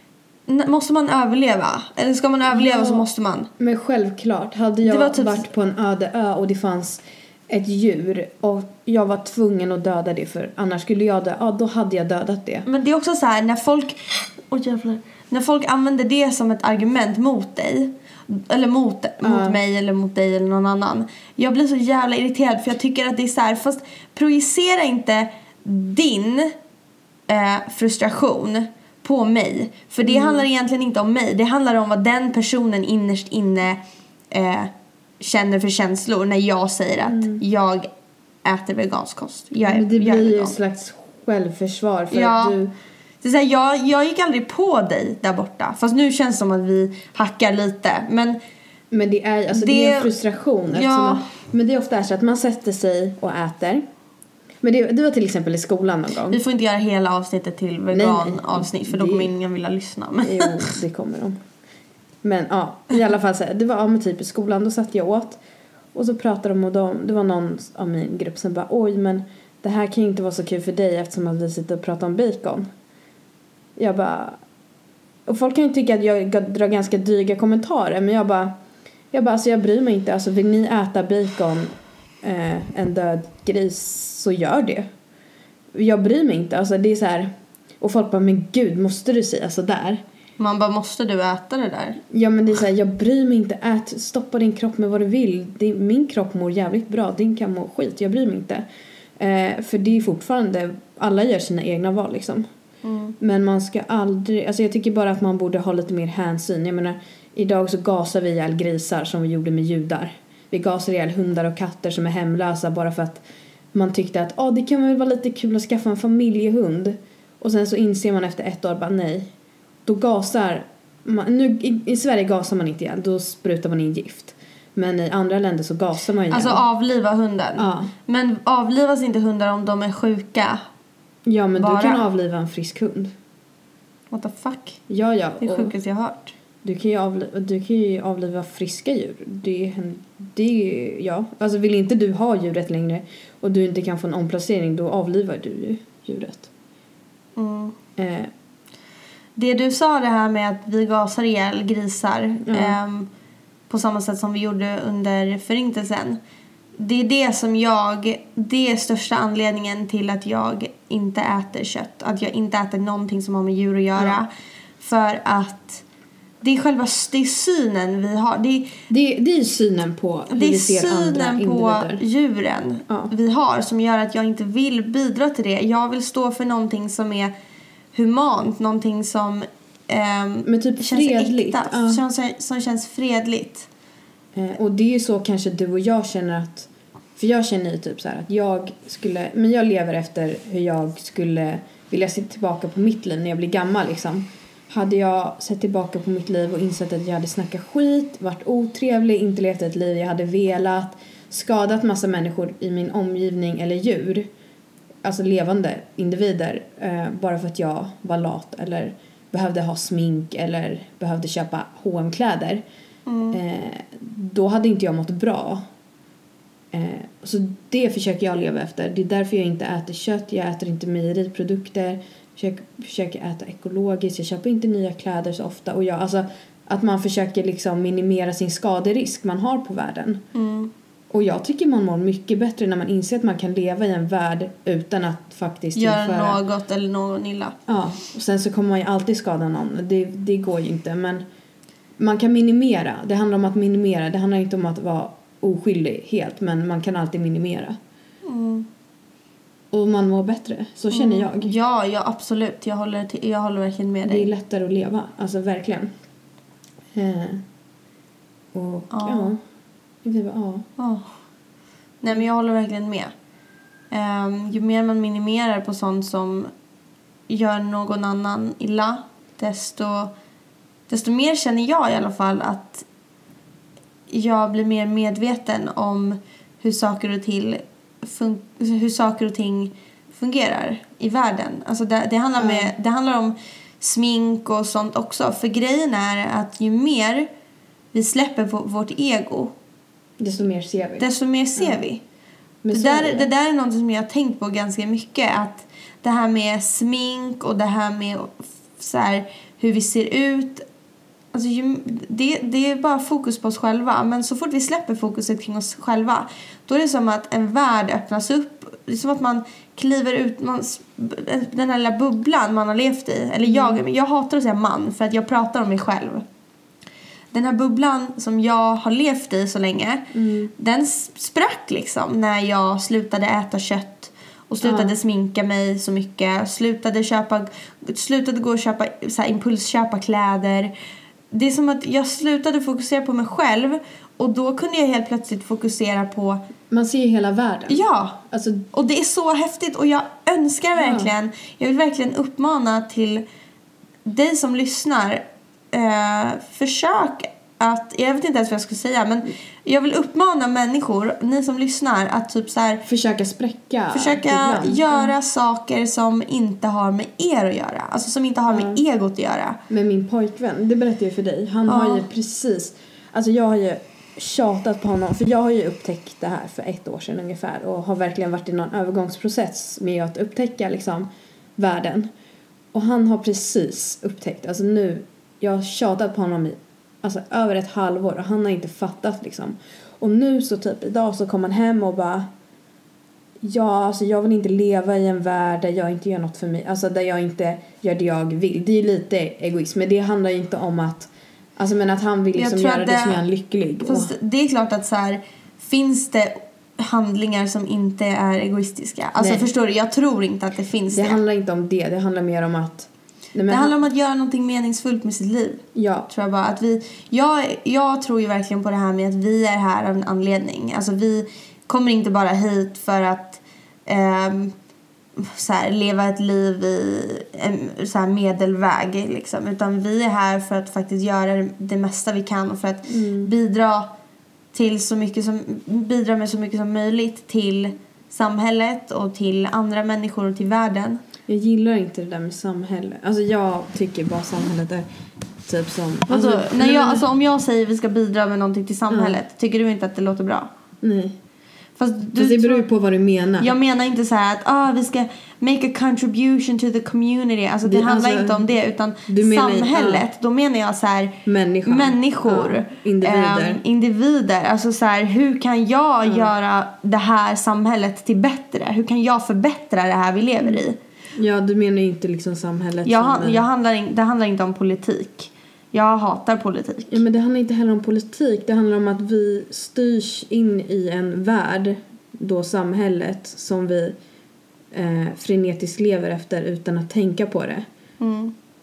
Måste man överleva? Eller ska man överleva ja, så måste man. Men självklart. Hade jag var typ... varit på en öde ö och det fanns ett djur och jag var tvungen att döda det för annars skulle jag dö. Ja, då hade jag dödat det. Men det är också så här när folk... Åh jävlar. När folk använder det som ett argument mot dig. Eller mot, uh. mot mig eller mot dig eller någon annan. Jag blir så jävla irriterad för jag tycker att det är så här... Fast projicera inte din eh, frustration... på mig. För det mm. handlar egentligen inte om mig. Det handlar om vad den personen innerst inne eh, känner för känslor när jag säger att mm. jag äter vegansk kost. Jag är, men det jag blir ju ett slags självförsvar för ja. att du... Det är så här, jag, jag gick aldrig på dig där borta. Fast nu känns det som att vi hackar lite. Men, men det är, alltså, det, det är en frustration. Ja. Man, men det är ofta så att man sätter sig och äter. Men det, det var till exempel i skolan någon gång. Vi får inte göra hela avsnittet till vegan avsnitt. För då kommer ingen vilja lyssna. Men. Jo, det kommer de. Men ja, i alla fall så här, det var ja, typ i skolan. Då satt jag åt. Och så pratade de och de, det var någon av min grupp som bara, oj men det här kan ju inte vara så kul för dig eftersom att vi sitter och pratar om bacon. Jag bara, och folk kan ju tycka att jag drar ganska dryga kommentarer. Men jag bara, jag bara, alltså jag bryr mig inte. Alltså vill ni äta bacon, eh, en död gris, så gör det. Jag bryr mig inte. Alltså det är så här, och folk bara, men gud, måste du säga så där? Man bara, måste du äta det där? Ja, men det är så här, jag bryr mig inte. Ät, stoppa din kropp med vad du vill. Det, min kropp mår jävligt bra. Din kan må skit. Jag bryr mig inte. Eh, för det är fortfarande, alla gör sina egna val liksom. Mm. Men man ska aldrig, alltså jag tycker bara att man borde ha lite mer hänsyn. Jag menar, idag så gasar vi ihjäl grisar som vi gjorde med judar. Vi gasar ihjäl hundar och katter som är hemlösa bara för att man tyckte att ah, det kan väl vara lite kul att skaffa en familjehund. Och sen så inser man efter ett år bara nej. Då gasar man, nu i, i Sverige gasar man inte ihjäl, då sprutar man in gift. Men i andra länder så gasar man ihjäl. Alltså avliva hunden. Ja. Men avlivas inte hundar om de är sjuka? Ja, men bara. Du kan avliva en frisk hund. What the fuck? Ja, ja. Det är sjukaste jag har hört. Du kan ju avliva, du kan ju avliva friska djur. Det, det, ja. Alltså vill inte du ha djuret längre och du inte kan få en omplacering, då avlivar du ju djuret. Mm. Eh. Det du sa det här med att vi gasar ihjäl grisar Mm. eh, på samma sätt som vi gjorde under förintelsen. Det är det som jag, det är största anledningen till att jag inte äter kött. Att jag inte äter någonting som har med djur att göra. Ja. För att det är själva, det är synen vi har. Det är, det, det är synen på hur det är vi ser andra synen på individer. djuren Ja. vi har som gör att jag inte vill bidra till det. Jag vill stå för någonting som är humant. Någonting som ehm, Men typ känns fredligt. äkta. Ja. Som, som känns fredligt. Eh, och det är så kanske du och jag känner att För jag känner ju typ så här att jag skulle, men jag lever efter hur jag skulle vilja se tillbaka på mitt liv när jag blir gammal liksom. Hade jag sett tillbaka på mitt liv och insett att jag hade snackat skit, varit otrevlig, inte levt ett liv jag hade velat, skadat massa människor i min omgivning eller djur, alltså levande individer, eh, bara för att jag var lat eller behövde ha smink eller behövde köpa H och M-kläder, mm. eh, då hade inte jag mått bra. Eh, så det försöker jag leva efter. Det är därför jag inte äter kött, jag äter inte mejeriprodukter, försöker, försöker äta ekologiskt, jag köper inte nya kläder så ofta. Och jag, alltså, att man försöker liksom minimera sin skaderisk man har på världen. Mm. Och jag tycker man mår mycket bättre när man inser att man kan leva i en värld utan att faktiskt göra tillföra något eller någon illa. Ja, och sen så kommer man ju alltid skada någon. Det, det går ju inte, men man kan minimera. Det handlar om att minimera. Det handlar inte om att vara oskyldig helt, men man kan alltid minimera. Mm. Och man mår bättre, så känner Mm. jag. Ja, ja, absolut. Jag håller, till, jag håller verkligen med dig. Det är lättare att leva, alltså verkligen. Eh. Och Ja. ja, det var ja. Oh. Nej, men jag håller verkligen med. Um, ju mer man minimerar på sånt som gör någon annan illa, desto, desto mer känner jag i alla fall att jag blir mer medveten om hur saker och, till fun- hur saker och ting fungerar i världen. Alltså det, det, handlar med, mm. det handlar om smink och sånt också. För grejen är att ju mer vi släpper på vårt ego, desto mer ser vi. Desto mer ser mm. vi. Det där, det. det där är något som jag har tänkt på ganska mycket. Att det här med smink och det här med så här, hur vi ser ut. Alltså, ju, det, det är bara fokus på oss själva. Men så fort vi släpper fokuset kring oss själva, då är det som att en värld öppnas upp. Det är som att man kliver ut man, den här lilla bubblan man har levt i. Eller mm. jag, jag hatar att säga man, för att jag pratar om mig själv. Den här bubblan som jag har levt i så länge, mm. den sprack liksom när jag slutade äta kött och slutade ja. sminka mig så mycket, slutade köpa slutade gå och köpa så här, impulsköpa kläder. Det är som att jag slutade fokusera på mig själv, och då kunde jag helt plötsligt fokusera på, man ser hela världen. Ja. Alltså, och det är så häftigt, och jag önskar verkligen, ja. jag vill verkligen uppmana till dig som lyssnar. Uh, försök att, jag vet inte ens vad jag ska säga, men jag vill uppmana människor, ni som lyssnar, att typ så här, försöka spräcka försöka göra mm. saker som inte har med er att göra, alltså som inte har med mm. egot att göra. Med min pojkvän, det berättade jag för dig, han ja. har ju precis, alltså jag har ju tjatat på honom, för jag har ju upptäckt det här för ett år sedan ungefär, och har verkligen varit i någon övergångsprocess med att upptäcka liksom världen, och han har precis upptäckt, alltså nu jag har tjatat på honom i alltså, över ett halvår, och han har inte fattat liksom. Och nu så typ idag så kommer han hem och bara, ja, alltså jag vill inte leva i en värld där jag inte gör något för mig, alltså där jag inte gör det jag vill. Det är ju lite egoism, men det handlar ju inte om att, alltså men att han vill liksom göra det, det som gör han lycklig. Fast det är klart att så här, finns det handlingar som inte är egoistiska. Alltså Nej. förstår du, jag tror inte att det finns det. Det handlar inte om det, det handlar mer om att Nej, det handlar om att göra någonting meningsfullt med sitt liv. Ja. Tror jag bara att vi jag jag tror ju verkligen på det här med att vi är här av en anledning. Alltså vi kommer inte bara hit för att um, så här, leva ett liv i en så här medelväg liksom, utan vi är här för att faktiskt göra det mesta vi kan, och för att mm. bidra till så mycket som bidra med så mycket som möjligt till samhället och till andra människor och till världen. Jag gillar inte det där med samhälle. Alltså jag tycker bara samhället är typ som... Alltså, alltså, när jag, alltså om jag säger att vi ska bidra med någonting till samhället, mm. tycker du inte att det låter bra? Nej. Fast, du Fast det beror ju tror, på vad du menar. Jag menar inte så här att ah, vi ska make a contribution to the community. Alltså det, det handlar alltså, inte om det, utan samhället. Ja. Då menar jag så här Människan. människor. Ja. Individer. Eh, individer. Alltså så här, hur kan jag ja. göra det här samhället till bättre? Hur kan jag förbättra det här vi lever i? Ja, du menar inte liksom samhället. Jag, som jag handlar in, det handlar inte om politik. Jag hatar politik. Ja, men det handlar inte heller om politik. Det handlar om att vi styrs in i en värld, då samhället, som vi eh, frenetiskt lever efter utan att tänka på det. Mm.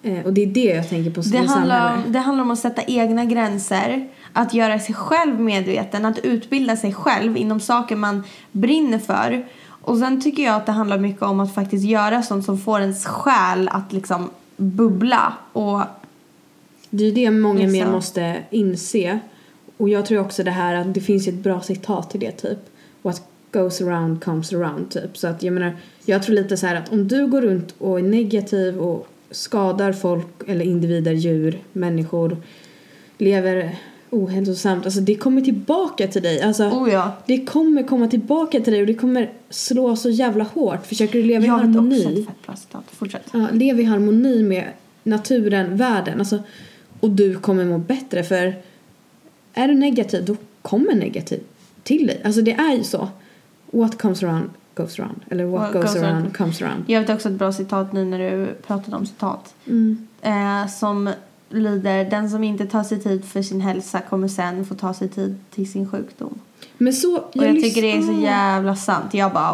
Eh, och det är det jag tänker på som Det handlar, samhälle. om, det handlar om att sätta egna gränser. Att göra sig själv medveten. Att utbilda sig själv inom saker man brinner för. Och sen tycker jag att det handlar mycket om att faktiskt göra sånt som får ens själ att liksom bubbla. Och Det är det många liksom. mer måste inse. Och jag tror också det här att det finns ett bra citat till det typ. What goes around comes around typ. Så att jag menar, jag tror lite så här att om du går runt och är negativ och skadar folk eller individer, djur, människor, lever ohälsosamt, alltså det kommer tillbaka till dig. Alltså oh ja. det kommer komma tillbaka till dig och det kommer slå så jävla hårt. Försöker du leva i Jag vet harmoni? också ett fett bra citat. Fortsätt. Ja, lev i harmoni med naturen, världen. Alltså, och du kommer må bättre. För är du negativ, då kommer negativ till dig. Alltså det är ju så. What comes around goes around. Eller what, What goes, goes around, around. comes around. Jag vet också ett bra citat nu när du pratade om citat. Mm. Eh, som lyder: den som inte tar sig tid för sin hälsa kommer sen få ta sig tid till sin sjukdom. Men så, Och jag tycker det är så jävla sant. Jag bara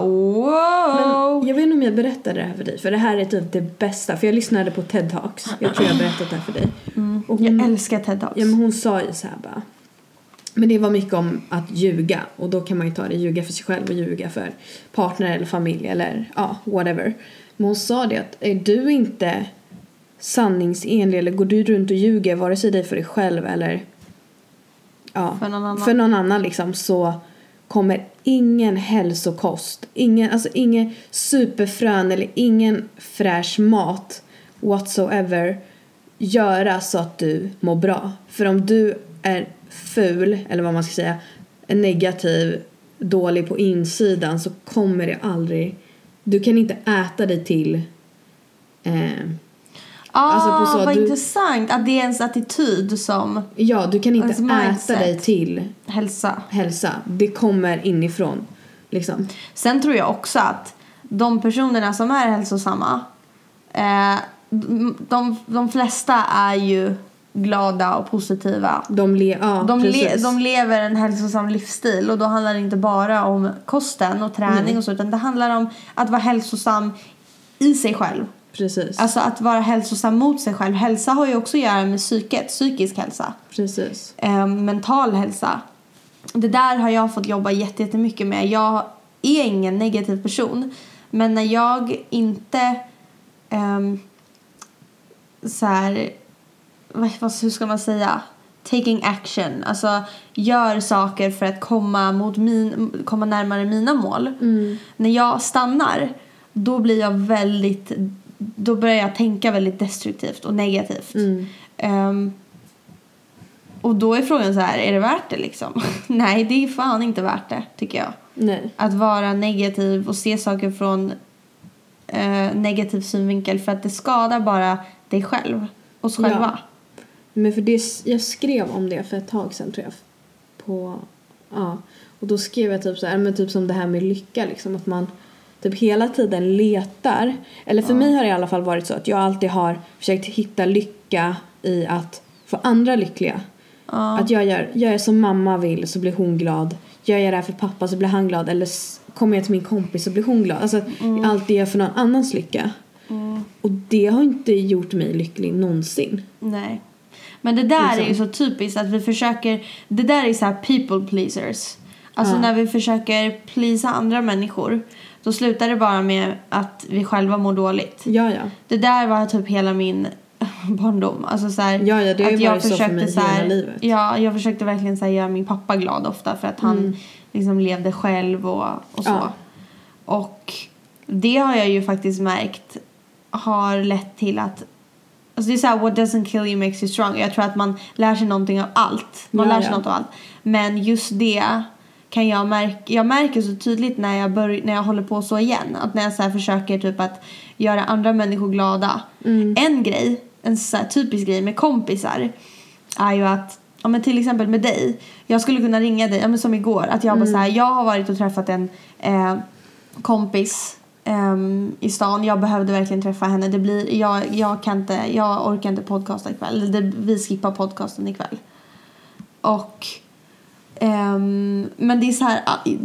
wow. Men jag vet inte om jag berättade det här för dig. För det här är typ det bästa. För jag lyssnade på TED Talks. Jag tror jag har berättat det här för dig. Mm. Och hon, Jag älskar TED Talks. Ja, men hon sa ju så här bara. Men det var mycket om att ljuga. Och då kan man ju ta det, ljuga för sig själv och ljuga för partner eller familj eller ja, whatever. Men hon sa det att är du inte sanningsenlig eller går du runt och ljuger vare sig dig för dig själv eller ja, För någon annan. för någon annan liksom, så kommer ingen hälsokost, ingen, alltså ingen superfrön eller ingen fräsch mat whatsoever göra så att du mår bra. För om du är ful, eller vad man ska säga, är negativ, dålig på insidan, så kommer det aldrig, du kan inte äta dig till eh, Ah, alltså på så, vad du- intressant. Att det är ens attityd som ja, du kan inte Ens äta mindset. dig till hälsa. hälsa. Det kommer inifrån liksom. Sen tror jag också att de personerna som är hälsosamma, eh, de, de flesta är ju glada och positiva. De, le- ja, De, le- precis. de lever en hälsosam livsstil, och då handlar det inte bara om kosten och träning Nej. och så, utan det handlar om att vara hälsosam i sig själv. Precis. Alltså att vara hälsosam mot sig själv. Hälsa har ju också att göra med psyket, psykisk hälsa. Precis. Eh, mental hälsa. Det där har jag fått jobba jätte- jättemycket med. Jag är ingen negativ person, men när jag inte ehm, så här, vad, vad, hur ska man säga, taking action, alltså gör saker för att komma mot min, komma närmare mina mål. Mm. När jag stannar, då blir jag väldigt, då börjar jag tänka väldigt destruktivt och negativt. Mm. Ehm, och då är frågan så här, är det värt det liksom? Nej, det är fan inte värt det, tycker jag. Nej. Att vara negativ och se saker från eh, negativ synvinkel, för att det skadar bara dig själv, oss Ja. själva. Men för det, jag skrev om det för ett tag sedan tror jag. På, ja. Och då skrev jag typ så här, men typ som det här med lycka liksom, att man typ hela tiden letar. Eller för Ja. mig har det i alla fall varit så att jag alltid har försökt hitta lycka i att få andra lyckliga. Ja. Att jag gör, jag är som mamma vill så blir hon glad. Gör jag det här för pappa så blir han glad. Eller s- kommer jag till min kompis så blir hon glad. Alltså Mm. allt det gör för någon annans lycka. Mm. Och det har inte gjort mig lycklig någonsin. Nej. Men det där Liksom. är ju så typiskt att vi försöker, det där är så här people pleasers. Alltså Ja. när vi försöker pleasa andra människor, då slutar det bara med att vi själva mår dåligt. Ja, ja. Det där var typ hela min barndom. Alltså så här, Ja, ja, det har ju att jag varit så för försökte mig så här, hela livet. Ja, jag försökte verkligen så här, göra min pappa glad ofta, för att han Mm. liksom levde själv och, och så. Ja. Och det har jag ju faktiskt märkt har lett till att, alltså det är så här, what doesn't kill you makes you strong. Jag tror att man lär sig någonting av allt. Man Ja, lär sig ja. något av allt. Men just det kan jag märka, jag märker så tydligt när jag bör, när jag håller på så igen, att när jag så här försöker typ att göra andra människor glada. Mm. En grej, en så här typisk grej med kompisar är ju att, ja men till exempel med dig, jag skulle kunna ringa dig, ja men som igår, att jag bara så här, jag har varit och träffat en eh, kompis ehm, i stan, jag behövde verkligen träffa henne, det blir, jag, jag kan inte, jag orkar inte podcasta ikväll, det, vi skippar podcasten ikväll. Och ehm, men det är så här,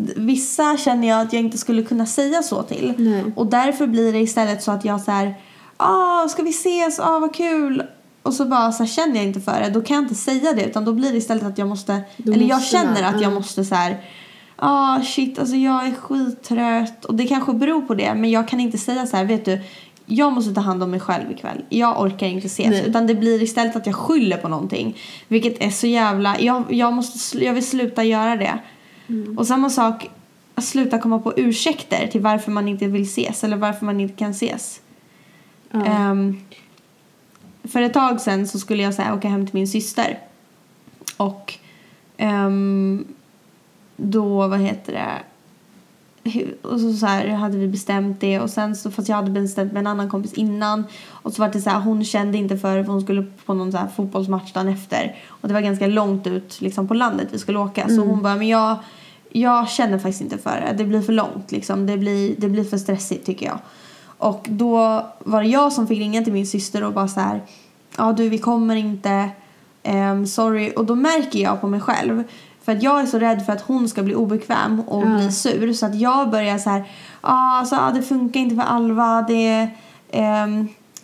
vissa känner jag att jag inte skulle kunna säga så till. Nej. Och därför blir det istället så att jag så här, ah, ska vi ses, ah, vad kul. Och så bara så här, känner jag inte för det, då kan jag inte säga det, utan då blir det istället att jag måste, Du eller jag måste känner vara, att jag ja. måste så här, ah shit, alltså jag är skittrött, och det kanske beror på det, men jag kan inte säga så här, vet du, jag måste ta hand om mig själv ikväll, jag orkar inte ses. Nej. Utan det blir istället att jag skyller på någonting, vilket är så jävla, jag, jag, måste, jag vill sluta göra det. Mm. Och samma sak, att sluta komma på ursäkter till varför man inte vill ses eller varför man inte kan ses. Mm. um, För ett tag sen så skulle jag så här, åka hem till min syster. Och um, då, vad heter det, och så, så här hade vi bestämt det, och sen så, fast jag hade bestämt med en annan kompis innan, och så var det så här, hon kände inte för det, för hon skulle på någon så här fotbollsmatch dagen efter, och det var ganska långt ut liksom på landet vi skulle åka. Mm. Så hon bara, men jag jag känner faktiskt inte för det, det blir för långt liksom, det blir, det blir för stressigt tycker jag. Och då var det jag som fick ringa till min syster och bara så här, ja du, vi kommer inte, um, sorry. Och då märker jag på mig själv, för att jag är så rädd för att hon ska bli obekväm och mm. bli sur, så att jag börjar så här, ah, alltså, ah, det funkar inte för Alva, det um,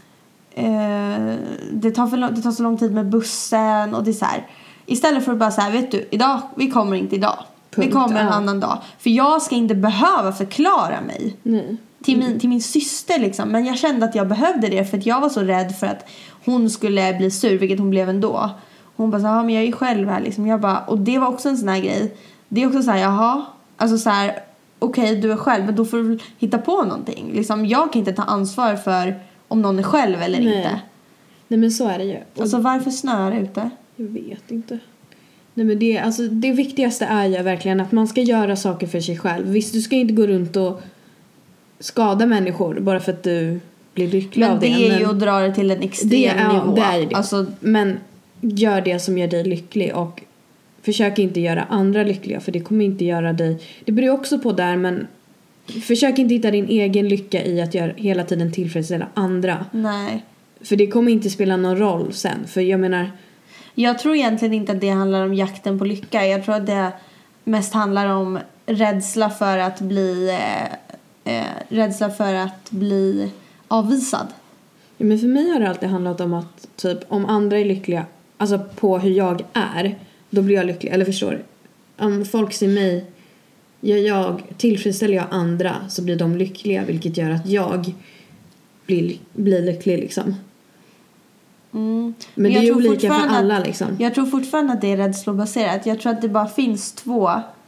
uh, det, tar för, det tar så lång tid med bussen, och det är så här, istället för att bara så här, vet du, idag, vi kommer inte idag. Punkt. Vi kommer en ja. annan dag. För jag ska inte behöva förklara mig mm. till, min, till min syster liksom. Men jag kände att jag behövde det, för att jag var så rädd för att hon skulle bli sur, vilket hon blev ändå. Hon bara så här, men jag är ju själv här liksom. Jag bara, och det var också en sån här grej. Det är också så här, jaha, alltså så här, okej, okay, du är själv, men då får du hitta på någonting liksom. Jag kan inte ta ansvar för om någon är själv eller Nej. inte. Nej, men så är det ju. Och alltså varför snöar det ute? Jag vet inte. Nej, men det, alltså, det viktigaste är ju verkligen att man ska göra saker för sig själv. Visst, du ska inte gå runt och skada människor bara för att du blir lycklig men av det. det är men ju att dra det till en extrem det är, nivå. Ja, det är det. Alltså, men gör det som gör dig lycklig, och försök inte göra andra lyckliga, för det kommer inte göra dig. Det beror också på där, men försök inte hitta din egen lycka i att göra, hela tiden tillfredsställa andra. Nej. För det kommer inte spela någon roll sen. För jag menar, jag tror egentligen inte att det handlar om jakten på lycka. Jag tror att det mest handlar om rädsla för att bli eh, eh, rädsla för att bli avvisad. Ja, men för mig har det alltid handlat om att typ, om andra är lyckliga, alltså på hur jag är, då blir jag lycklig. Eller förstår du? Om folk ser mig, gör jag, tillfredsställer jag andra, så blir de lyckliga, vilket gör att jag blir, blir lycklig liksom. Mm. Men, Men det är ju olika för alla att, liksom. Jag tror fortfarande att det är rädslobaserat. Jag tror att det bara finns två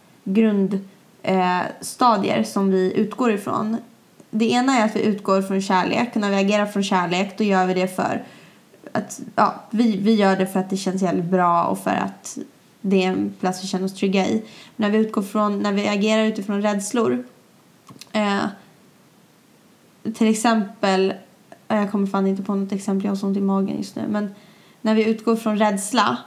grundstadier eh, som vi utgår ifrån. Det ena är att vi utgår från kärlek. När vi agerar från kärlek, då gör vi det för att, ja, vi, vi gör det för att det känns jävligt bra och för att det är en plats vi känner oss trygga i. När vi utgår från, när vi agerar utifrån rädslor, eh, till exempel, jag kommer fan inte på något exempel, jag har sånt i magen just nu, men när vi utgår från rädsla,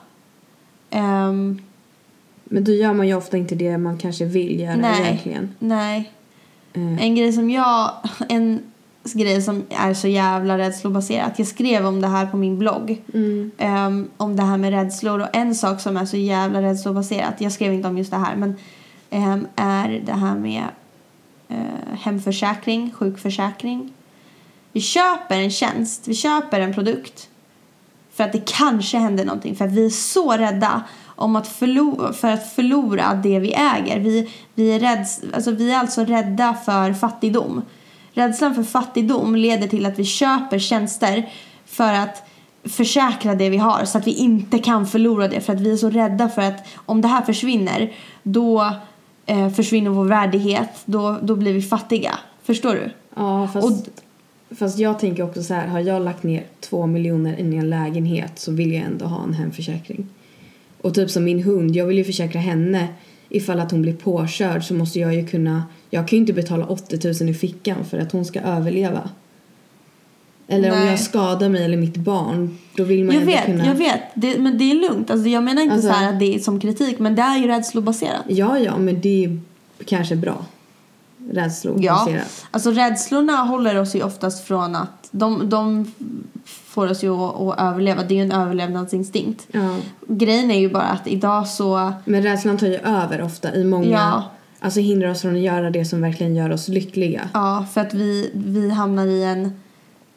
um, men då gör man ju ofta inte det man kanske vill göra nej, egentligen. Nej. Mm. En grej som jag en grej som är så jävla rädslobaserat. Jag skrev om det här på min blogg. Mm. Um, om det här med rädslor, och en sak som är så jävla rädslobaserat, jag skrev inte om just det här, men um, är det här med uh, hemförsäkring, sjukförsäkring. Vi köper en tjänst, vi köper en produkt för att det kanske händer någonting, för att vi är så rädda om att förlora, för att förlora det vi äger. Vi, vi, är rädds, alltså vi är alltså rädda för fattigdom. Rädslan för fattigdom leder till att vi köper tjänster för att försäkra det vi har, så att vi inte kan förlora det, för att vi är så rädda för att om det här försvinner, då eh, försvinner vår värdighet, då, då blir vi fattiga. Förstår du? Ja, fast, och, fast jag tänker också så här, har jag lagt ner två miljoner i en lägenhet, så vill jag ändå ha en hemförsäkring. Och typ som min hund, jag vill ju försäkra henne ifall att hon blir påkörd, så måste jag ju kunna, jag kan ju inte betala åttio tusen i fickan för att hon ska överleva. Eller Nej. om jag skadar mig eller mitt barn, då vill man jag ändå vet, kunna. Jag vet, det, men det är lugnt. Alltså, jag menar inte alltså, så här att det är som kritik, men det är ju rädslobaserat. Ja, ja, men det är kanske bra. Rädslobaserat. Ja, alltså rädslorna håller oss ju oftast från att de, de får oss ju att, att överleva. Det är ju en överlevnadsinstinkt. Ja. Grejen är ju bara att idag så... Men rädslan tar ju över ofta i många... Ja. Alltså hindrar oss från att göra det som verkligen gör oss lyckliga. Ja, för att vi, vi hamnar i en...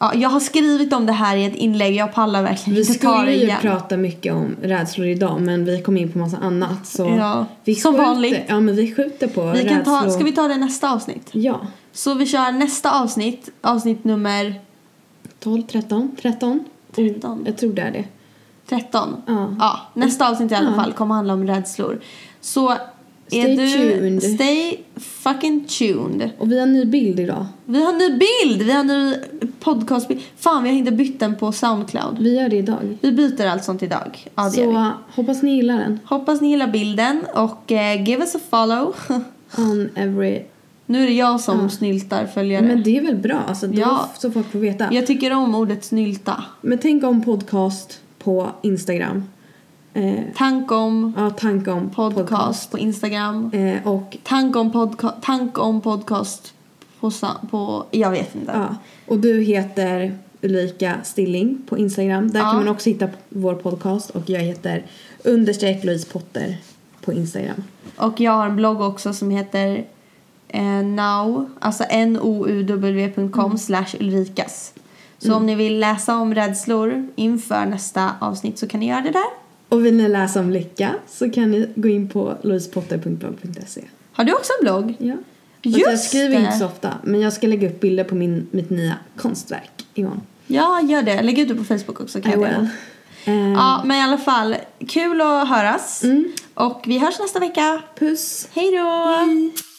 Ja, jag har skrivit om det här i ett inlägg. Jag pallar verkligen Vi inte ta det skulle ju igen. prata mycket om rädslor idag, men vi kom in på massa annat. Så Ja, vi som skjuter, vanligt. Ja, men vi skjuter på Vi kan ta, rädslor. ska vi ta det nästa avsnitt? Ja. Så vi kör nästa avsnitt. Avsnitt nummer tolv, tretton, tretton. tretton. Mm, jag tror det är det. tretton. Ja. Ja, nästa avsnitt i alla Ja. fall kommer handla om rädslor. Så Stay är du, tuned. Stay fucking tuned. Och vi har en ny bild idag. Vi har en ny bild. Vi har en ny podcastbild. Fan, vi har inte bytt den på Soundcloud. Vi gör det idag. Vi byter allt sånt idag. Ja, det gör vi. Så hoppas ni gillar den. Hoppas ni gillar bilden och eh, give us a follow. On every... Nu är det jag som Ja. snyltar följare. Men det är väl bra, alltså, då Ja. så folk får veta. Jag tycker om ordet snylta. Men tänk om podcast på Instagram. Eh, Tank om ja, tank om podcast, på Instagram. Eh, och, Tank om, podca- tank om podcast på, sa- på... Jag vet inte. ja, och du heter Ulrika Stilling på Instagram. Där Ja. kan man också hitta vår podcast. Och jag heter understreck Louise Potter på Instagram. Och jag har en blogg också som heter eh, now, alltså n o u w punkt com slash ulrikas. Så Mm. om ni vill läsa om rädslor inför nästa avsnitt så kan ni göra det där. Och vill ni läsa om lycka så kan ni gå in på louisepotter punkt blogg punkt se. Har du också en blogg? Ja. Just jag skriver det. inte så ofta, men jag ska lägga upp bilder på min, mitt nya konstverk imorgon. Ja, gör det. Lägg ut det på Facebook också. Kan I jag will. dela. Eh, Ja, men i alla fall, kul att höras. Mm. Och vi hörs nästa vecka. Puss! Hej då! Hej.